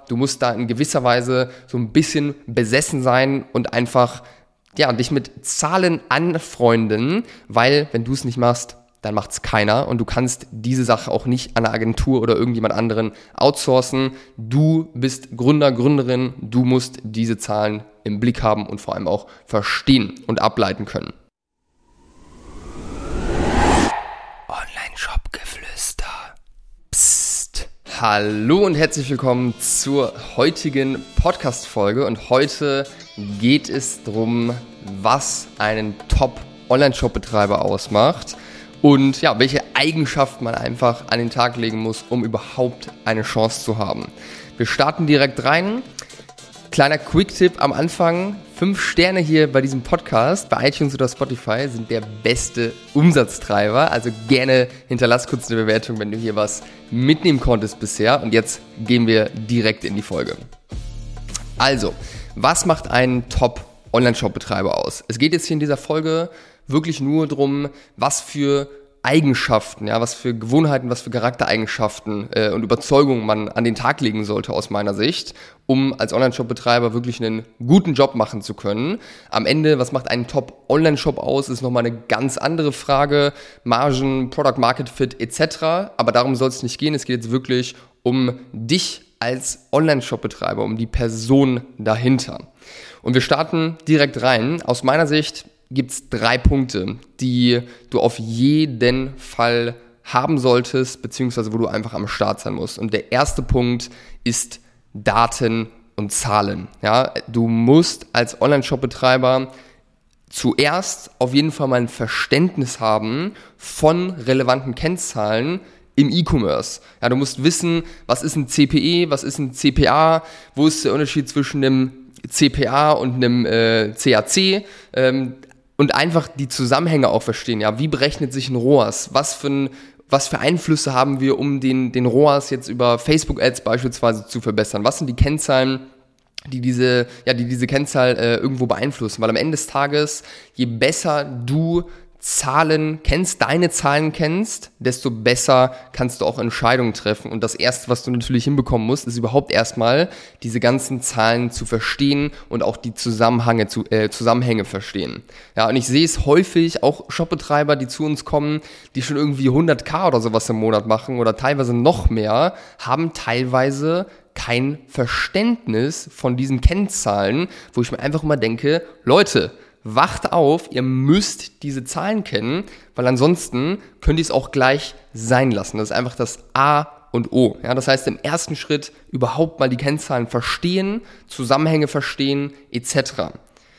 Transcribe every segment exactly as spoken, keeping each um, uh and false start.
du musst da in gewisser Weise so ein bisschen besessen sein und einfach ja, dich mit Zahlen anfreunden, weil wenn du es nicht machst, dann macht es keiner und du kannst diese Sache auch nicht an eine Agentur oder irgendjemand anderen outsourcen. Du bist Gründer, Gründerin, du musst diese Zahlen im Blick haben und vor allem auch verstehen und ableiten können. Online-Shop-Geflüster. Psst. Hallo und herzlich willkommen zur heutigen Podcast-Folge und heute geht es darum, was einen Top-Online-Shop-Betreiber ausmacht und ja, welche Eigenschaften man einfach an den Tag legen muss, um überhaupt eine Chance zu haben. Wir starten direkt rein. Kleiner Quick-Tipp am Anfang. Fünf Sterne hier bei diesem Podcast, bei iTunes oder Spotify, sind der beste Umsatztreiber. Also gerne hinterlass kurz eine Bewertung, wenn du hier was mitnehmen konntest bisher. Und jetzt gehen wir direkt in die Folge. Also, was macht einen Top-Online-Shop-Betreiber aus? Es geht jetzt hier in dieser Folge wirklich nur darum, was für Eigenschaften, ja, was für Gewohnheiten, was für Charaktereigenschaften äh, und Überzeugungen man an den Tag legen sollte aus meiner Sicht, um als Online-Shop-Betreiber wirklich einen guten Job machen zu können. Am Ende, was macht einen Top-Online-Shop aus, ist nochmal eine ganz andere Frage. Margen, Product-Market-Fit et cetera. Aber darum soll es nicht gehen. Es geht jetzt wirklich um dich als Online-Shop-Betreiber, um die Person dahinter. Und wir starten direkt rein. Aus meiner Sicht gibt es drei Punkte, die du auf jeden Fall haben solltest, beziehungsweise wo du einfach am Start sein musst. Und der erste Punkt ist Daten und Zahlen. Ja, du musst als Online-Shop-Betreiber zuerst auf jeden Fall mal ein Verständnis haben von relevanten Kennzahlen im E-Commerce. Ja, du musst wissen, was ist ein C P E, was ist ein C P A, wo ist der Unterschied zwischen einem C P A und einem äh, C A C, ähm, und einfach die Zusammenhänge auch verstehen. Ja, wie berechnet sich ein R O A S? Was für ein, was für Einflüsse haben wir, um den, den R O A S jetzt über Facebook-Ads beispielsweise zu verbessern? Was sind die Kennzahlen, die diese, ja, die diese Kennzahl äh, irgendwo beeinflussen? Weil am Ende des Tages, je besser du Zahlen kennst, deine Zahlen kennst, desto besser kannst du auch Entscheidungen treffen. Und das Erste, was du natürlich hinbekommen musst, ist überhaupt erstmal diese ganzen Zahlen zu verstehen und auch die Zusammenhänge, zu, äh, Zusammenhänge verstehen. Ja, und ich sehe es häufig, auch Shopbetreiber, die zu uns kommen, die schon irgendwie hunderttausend oder sowas im Monat machen oder teilweise noch mehr, haben teilweise kein Verständnis von diesen Kennzahlen, wo ich mir einfach immer denke, Leute, wacht auf, ihr müsst diese Zahlen kennen, weil ansonsten könnt ihr es auch gleich sein lassen. Das ist einfach das A und O. Ja, das heißt, im ersten Schritt überhaupt mal die Kennzahlen verstehen, Zusammenhänge verstehen et cetera.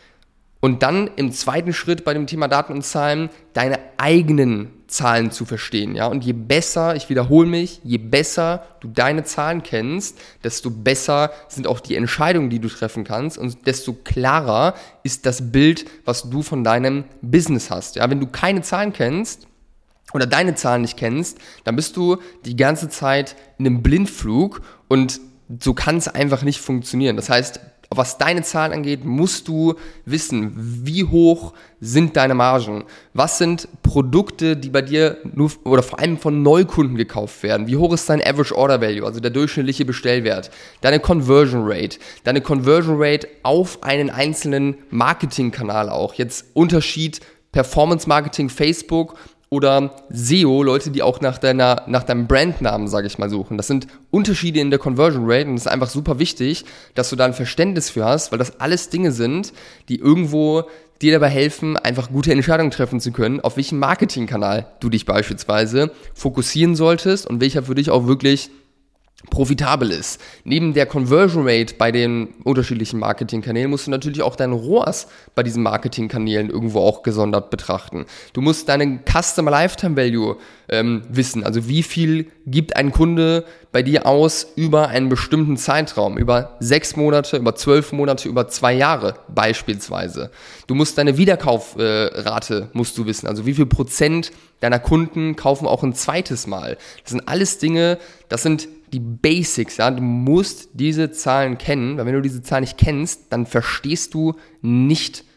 Und dann im zweiten Schritt bei dem Thema Daten und Zahlen deine eigenen Zahlen zu verstehen. Ja? Und je besser, ich wiederhole mich, je besser du deine Zahlen kennst, desto besser sind auch die Entscheidungen, die du treffen kannst und desto klarer ist das Bild, was du von deinem Business hast. Ja? Wenn du keine Zahlen kennst oder deine Zahlen nicht kennst, dann bist du die ganze Zeit in einem Blindflug und so kann es einfach nicht funktionieren. Das heißt, was deine Zahlen angeht, musst du wissen, wie hoch sind deine Margen? Was sind Produkte, die bei dir nur oder vor allem von Neukunden gekauft werden? Wie hoch ist dein Average Order Value, also der durchschnittliche Bestellwert? Deine Conversion Rate, deine Conversion Rate auf einen einzelnen Marketingkanal auch. Jetzt Unterschied Performance Marketing, Facebook oder S E O, Leute, die auch nach deiner, nach deinem Brandnamen, sage ich mal, suchen. Das sind Unterschiede in der Conversion Rate und es ist einfach super wichtig, dass du da ein Verständnis für hast, weil das alles Dinge sind, die irgendwo dir dabei helfen, einfach gute Entscheidungen treffen zu können, auf welchen Marketingkanal du dich beispielsweise fokussieren solltest und welcher für dich auch wirklich profitabel ist. Neben der Conversion Rate bei den unterschiedlichen Marketingkanälen musst du natürlich auch deinen R O A S bei diesen Marketingkanälen irgendwo auch gesondert betrachten. Du musst deinen Customer Lifetime Value ähm, wissen, also wie viel gibt ein Kunde bei dir aus über einen bestimmten Zeitraum, über sechs Monate, über zwölf Monate, über zwei Jahre beispielsweise. Du musst deine Wiederkaufrate äh, musst du wissen, also wie viel Prozent deiner Kunden kaufen auch ein zweites Mal. Das sind alles Dinge, das sind die Basics, ja, du musst diese Zahlen kennen, weil wenn du diese Zahlen nicht kennst, dann verstehst du nicht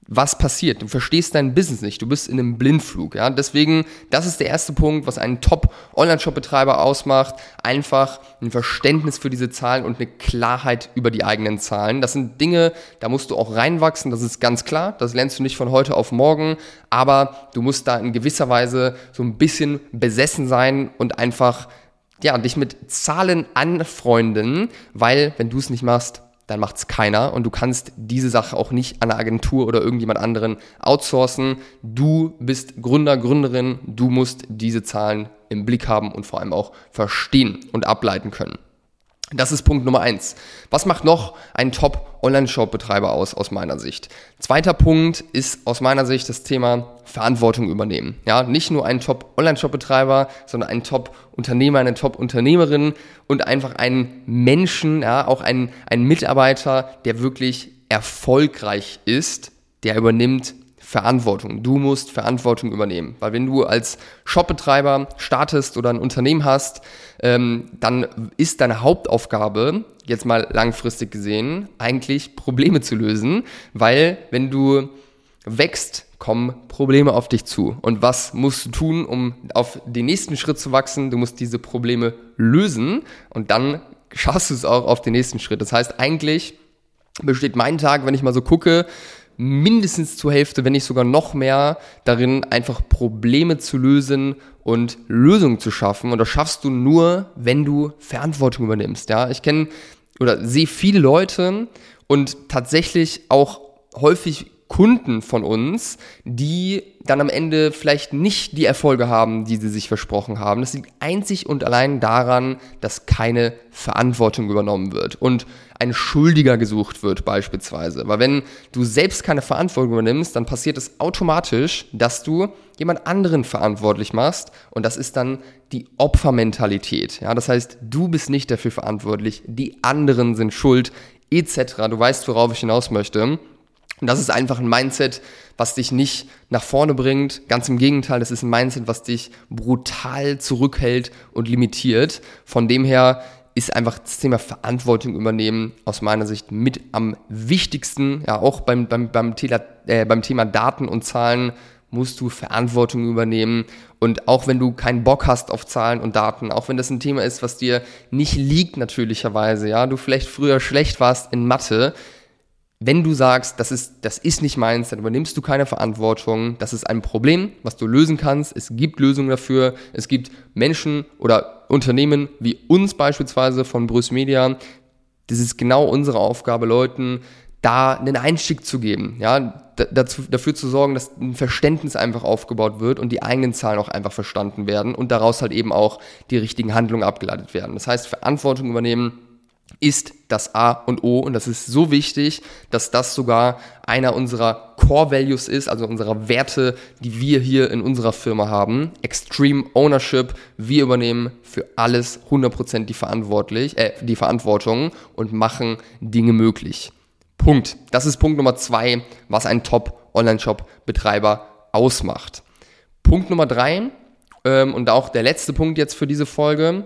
was passiert. Du verstehst dein Business nicht, du bist in einem Blindflug. Ja? Deswegen, das ist der erste Punkt, was einen Top-Online-Shop-Betreiber ausmacht. Einfach ein Verständnis für diese Zahlen und eine Klarheit über die eigenen Zahlen. Das sind Dinge, da musst du auch reinwachsen, das ist ganz klar. Das lernst du nicht von heute auf morgen, aber du musst da in gewisser Weise so ein bisschen besessen sein und einfach ja, dich mit Zahlen anfreunden, weil wenn du es nicht machst, dann macht es keiner und du kannst diese Sache auch nicht an eine Agentur oder irgendjemand anderen outsourcen. Du bist Gründer, Gründerin, du musst diese Zahlen im Blick haben und vor allem auch verstehen und ableiten können. Das ist Punkt Nummer eins. Was macht noch einen Top-Online-Shop-Betreiber aus, aus meiner Sicht? Zweiter Punkt ist aus meiner Sicht das Thema Verantwortung übernehmen. Ja, nicht nur ein Top-Online-Shop-Betreiber, sondern ein Top-Unternehmer, eine Top-Unternehmerin und einfach einen Menschen, ja, auch einen, einen Mitarbeiter, der wirklich erfolgreich ist, der übernimmt Verantwortung. Du musst Verantwortung übernehmen, weil wenn du als Shopbetreiber startest oder ein Unternehmen hast, ähm, dann ist deine Hauptaufgabe, jetzt mal langfristig gesehen, eigentlich Probleme zu lösen, weil wenn du wächst, kommen Probleme auf dich zu. Und was musst du tun, um auf den nächsten Schritt zu wachsen? Du musst diese Probleme lösen und dann schaffst du es auch auf den nächsten Schritt. Das heißt, eigentlich besteht mein Tag, wenn ich mal so gucke, mindestens zur Hälfte, wenn nicht sogar noch mehr, darin einfach Probleme zu lösen und Lösungen zu schaffen. Und das schaffst du nur, wenn du Verantwortung übernimmst. Ja, ich kenne oder sehe viele Leute und tatsächlich auch häufig Kunden von uns, die dann am Ende vielleicht nicht die Erfolge haben, die sie sich versprochen haben. Das liegt einzig und allein daran, dass keine Verantwortung übernommen wird und ein Schuldiger gesucht wird beispielsweise. Weil wenn du selbst keine Verantwortung übernimmst, dann passiert es automatisch, dass du jemand anderen verantwortlich machst und das ist dann die Opfermentalität. Ja, das heißt, du bist nicht dafür verantwortlich, die anderen sind schuld et cetera. Du weißt, worauf ich hinaus möchte. Und das ist einfach ein Mindset, was dich nicht nach vorne bringt. Ganz im Gegenteil, das ist ein Mindset, was dich brutal zurückhält und limitiert. Von dem her ist einfach das Thema Verantwortung übernehmen aus meiner Sicht mit am wichtigsten. Ja, auch beim, beim, beim, Thema, äh, beim Thema Daten und Zahlen musst du Verantwortung übernehmen. Und auch wenn du keinen Bock hast auf Zahlen und Daten, auch wenn das ein Thema ist, was dir nicht liegt natürlicherweise, ja, du vielleicht früher schlecht warst in Mathe, wenn du sagst, das ist, das ist nicht meins, dann übernimmst du keine Verantwortung. Das ist ein Problem, was du lösen kannst. Es gibt Lösungen dafür. Es gibt Menschen oder Unternehmen wie uns beispielsweise von Brüss Media. Das ist genau unsere Aufgabe, Leuten da einen Einstieg zu geben, ja, dazu, dafür zu sorgen, dass ein Verständnis einfach aufgebaut wird und die eigenen Zahlen auch einfach verstanden werden und daraus halt eben auch die richtigen Handlungen abgeleitet werden. Das heißt, Verantwortung übernehmen ist das A und O und das ist so wichtig, dass das sogar einer unserer Core Values ist, also unserer Werte, die wir hier in unserer Firma haben. Extreme Ownership, wir übernehmen für alles hundert Prozent die, verantwortlich, äh, die Verantwortung und machen Dinge möglich. Punkt. Das ist Punkt Nummer zwei, was einen Top-Online-Shop-Betreiber ausmacht. Punkt Nummer drei ähm, und auch der letzte Punkt jetzt für diese Folge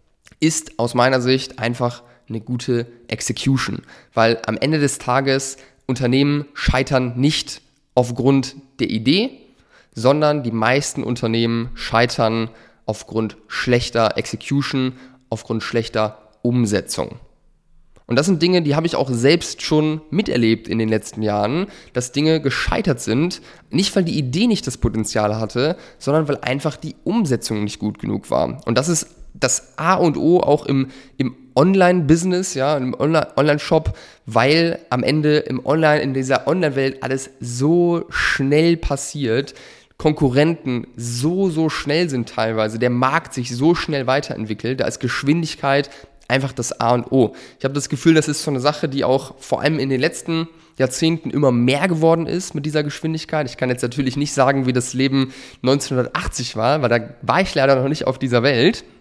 ist aus meiner Sicht einfach eine gute Execution, weil am Ende des Tages Unternehmen scheitern nicht aufgrund der Idee, sondern die meisten Unternehmen scheitern aufgrund schlechter Execution, aufgrund schlechter Umsetzung. Und das sind Dinge, die habe ich auch selbst schon miterlebt in den letzten Jahren, dass Dinge gescheitert sind, nicht weil die Idee nicht das Potenzial hatte, sondern weil einfach die Umsetzung nicht gut genug war. Und das ist das A und O auch im, im Online-Business, ja, im Online-Shop, weil am Ende im Online, in dieser Online-Welt alles so schnell passiert, Konkurrenten so, so schnell sind teilweise, der Markt sich so schnell weiterentwickelt, da ist Geschwindigkeit einfach das A und O. Ich habe das Gefühl, das ist so eine Sache, die auch vor allem in den letzten Jahrzehnten immer mehr geworden ist mit dieser Geschwindigkeit. Ich kann jetzt natürlich nicht sagen, wie das Leben neunzehnhundertachtzig war, weil da war ich leider noch nicht auf dieser Welt.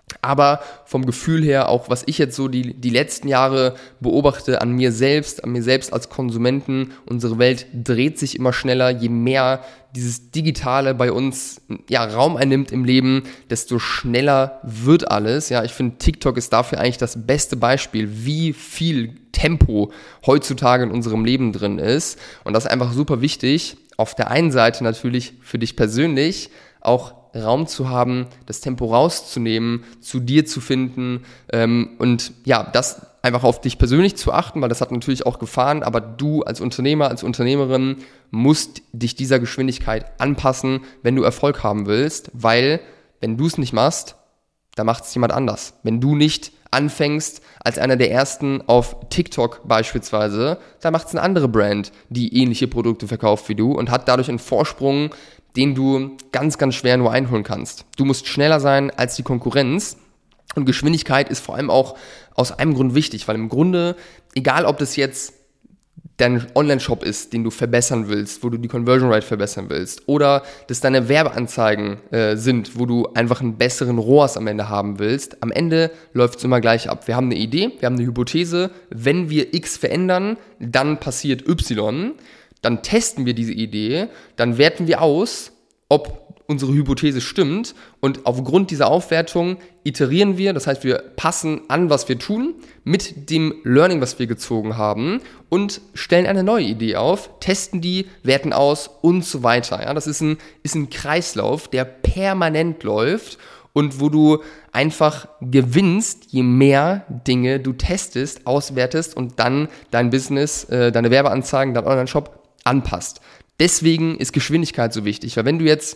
Aber vom Gefühl her, auch was ich jetzt so die, die letzten Jahre beobachte an mir selbst, an mir selbst als Konsumenten, unsere Welt dreht sich immer schneller, je mehr dieses Digitale bei uns ja Raum einnimmt im Leben, desto schneller wird alles. Ja, ich finde, TikTok ist dafür eigentlich das beste Beispiel, wie viel Tempo heutzutage in unserem Leben drin ist. Und das ist einfach super wichtig. Auf der einen Seite natürlich für dich persönlich auch Raum zu haben, das Tempo rauszunehmen, zu dir zu finden ähm, und ja, das einfach auf dich persönlich zu achten, weil das hat natürlich auch Gefahren, aber du als Unternehmer, als Unternehmerin musst dich dieser Geschwindigkeit anpassen, wenn du Erfolg haben willst, weil wenn du es nicht machst, dann macht es jemand anders. Wenn du nicht anfängst als einer der ersten auf TikTok beispielsweise, dann macht es eine andere Brand, die ähnliche Produkte verkauft wie du und hat dadurch einen Vorsprung, den du ganz, ganz schwer nur einholen kannst. Du musst schneller sein als die Konkurrenz und Geschwindigkeit ist vor allem auch aus einem Grund wichtig, weil im Grunde, egal ob das jetzt dein Online-Shop ist, den du verbessern willst, wo du die Conversion Rate verbessern willst oder das deine Werbeanzeigen äh, sind, wo du einfach einen besseren R O A S am Ende haben willst, am Ende läuft es immer gleich ab. Wir haben eine Idee, wir haben eine Hypothese, wenn wir X verändern, dann passiert Y. Dann testen wir diese Idee, dann werten wir aus, ob unsere Hypothese stimmt und aufgrund dieser Aufwertung iterieren wir, das heißt, wir passen an, was wir tun, mit dem Learning, was wir gezogen haben und stellen eine neue Idee auf, testen die, werten aus und so weiter. Ja, das ist ein, ist ein Kreislauf, der permanent läuft und wo du einfach gewinnst, je mehr Dinge du testest, auswertest und dann dein Business, äh, deine Werbeanzeigen, dein Online-Shop anpasst. Deswegen ist Geschwindigkeit so wichtig, weil wenn du jetzt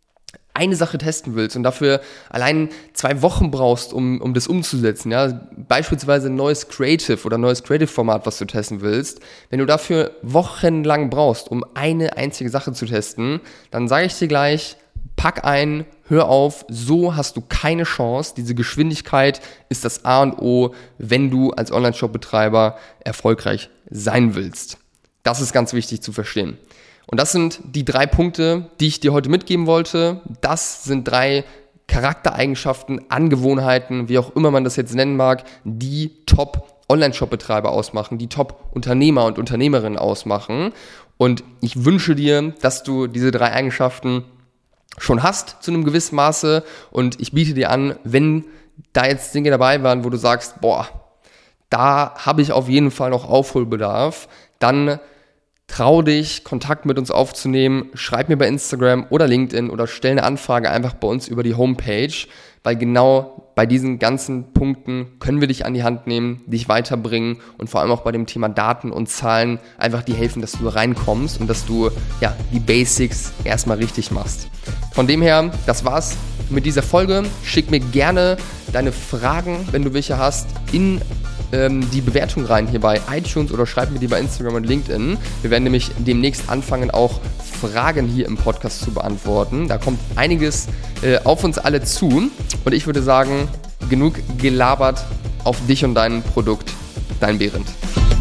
eine Sache testen willst und dafür allein zwei Wochen brauchst, um, um das umzusetzen, ja, beispielsweise ein neues Creative oder ein neues Creative-Format, was du testen willst, wenn du dafür wochenlang brauchst, um eine einzige Sache zu testen, dann sage ich dir gleich, pack ein, hör auf, so hast du keine Chance. Diese Geschwindigkeit ist das A und O, wenn du als Online-Shop-Betreiber erfolgreich sein willst. Das ist ganz wichtig zu verstehen. Und das sind die drei Punkte, die ich dir heute mitgeben wollte. Das sind drei Charaktereigenschaften, Angewohnheiten, wie auch immer man das jetzt nennen mag, die Top-Online-Shop-Betreiber ausmachen, die Top-Unternehmer und Unternehmerinnen ausmachen. Und ich wünsche dir, dass du diese drei Eigenschaften schon hast zu einem gewissen Maße. Und ich biete dir an, wenn da jetzt Dinge dabei waren, wo du sagst, boah, da habe ich auf jeden Fall noch Aufholbedarf, dann trau dich, Kontakt mit uns aufzunehmen, schreib mir bei Instagram oder LinkedIn oder stell eine Anfrage einfach bei uns über die Homepage, weil genau bei diesen ganzen Punkten können wir dich an die Hand nehmen, dich weiterbringen und vor allem auch bei dem Thema Daten und Zahlen einfach dir helfen, dass du reinkommst und dass du ja die Basics erstmal richtig machst. Von dem her, das war's mit dieser Folge. Schick mir gerne deine Fragen, wenn du welche hast, in die Bewertung rein hier bei iTunes oder schreib mir die bei Instagram und LinkedIn. Wir werden nämlich demnächst anfangen, auch Fragen hier im Podcast zu beantworten. Da kommt einiges äh, auf uns alle zu und ich würde sagen, genug gelabert, auf dich und dein Produkt, dein Behrendt.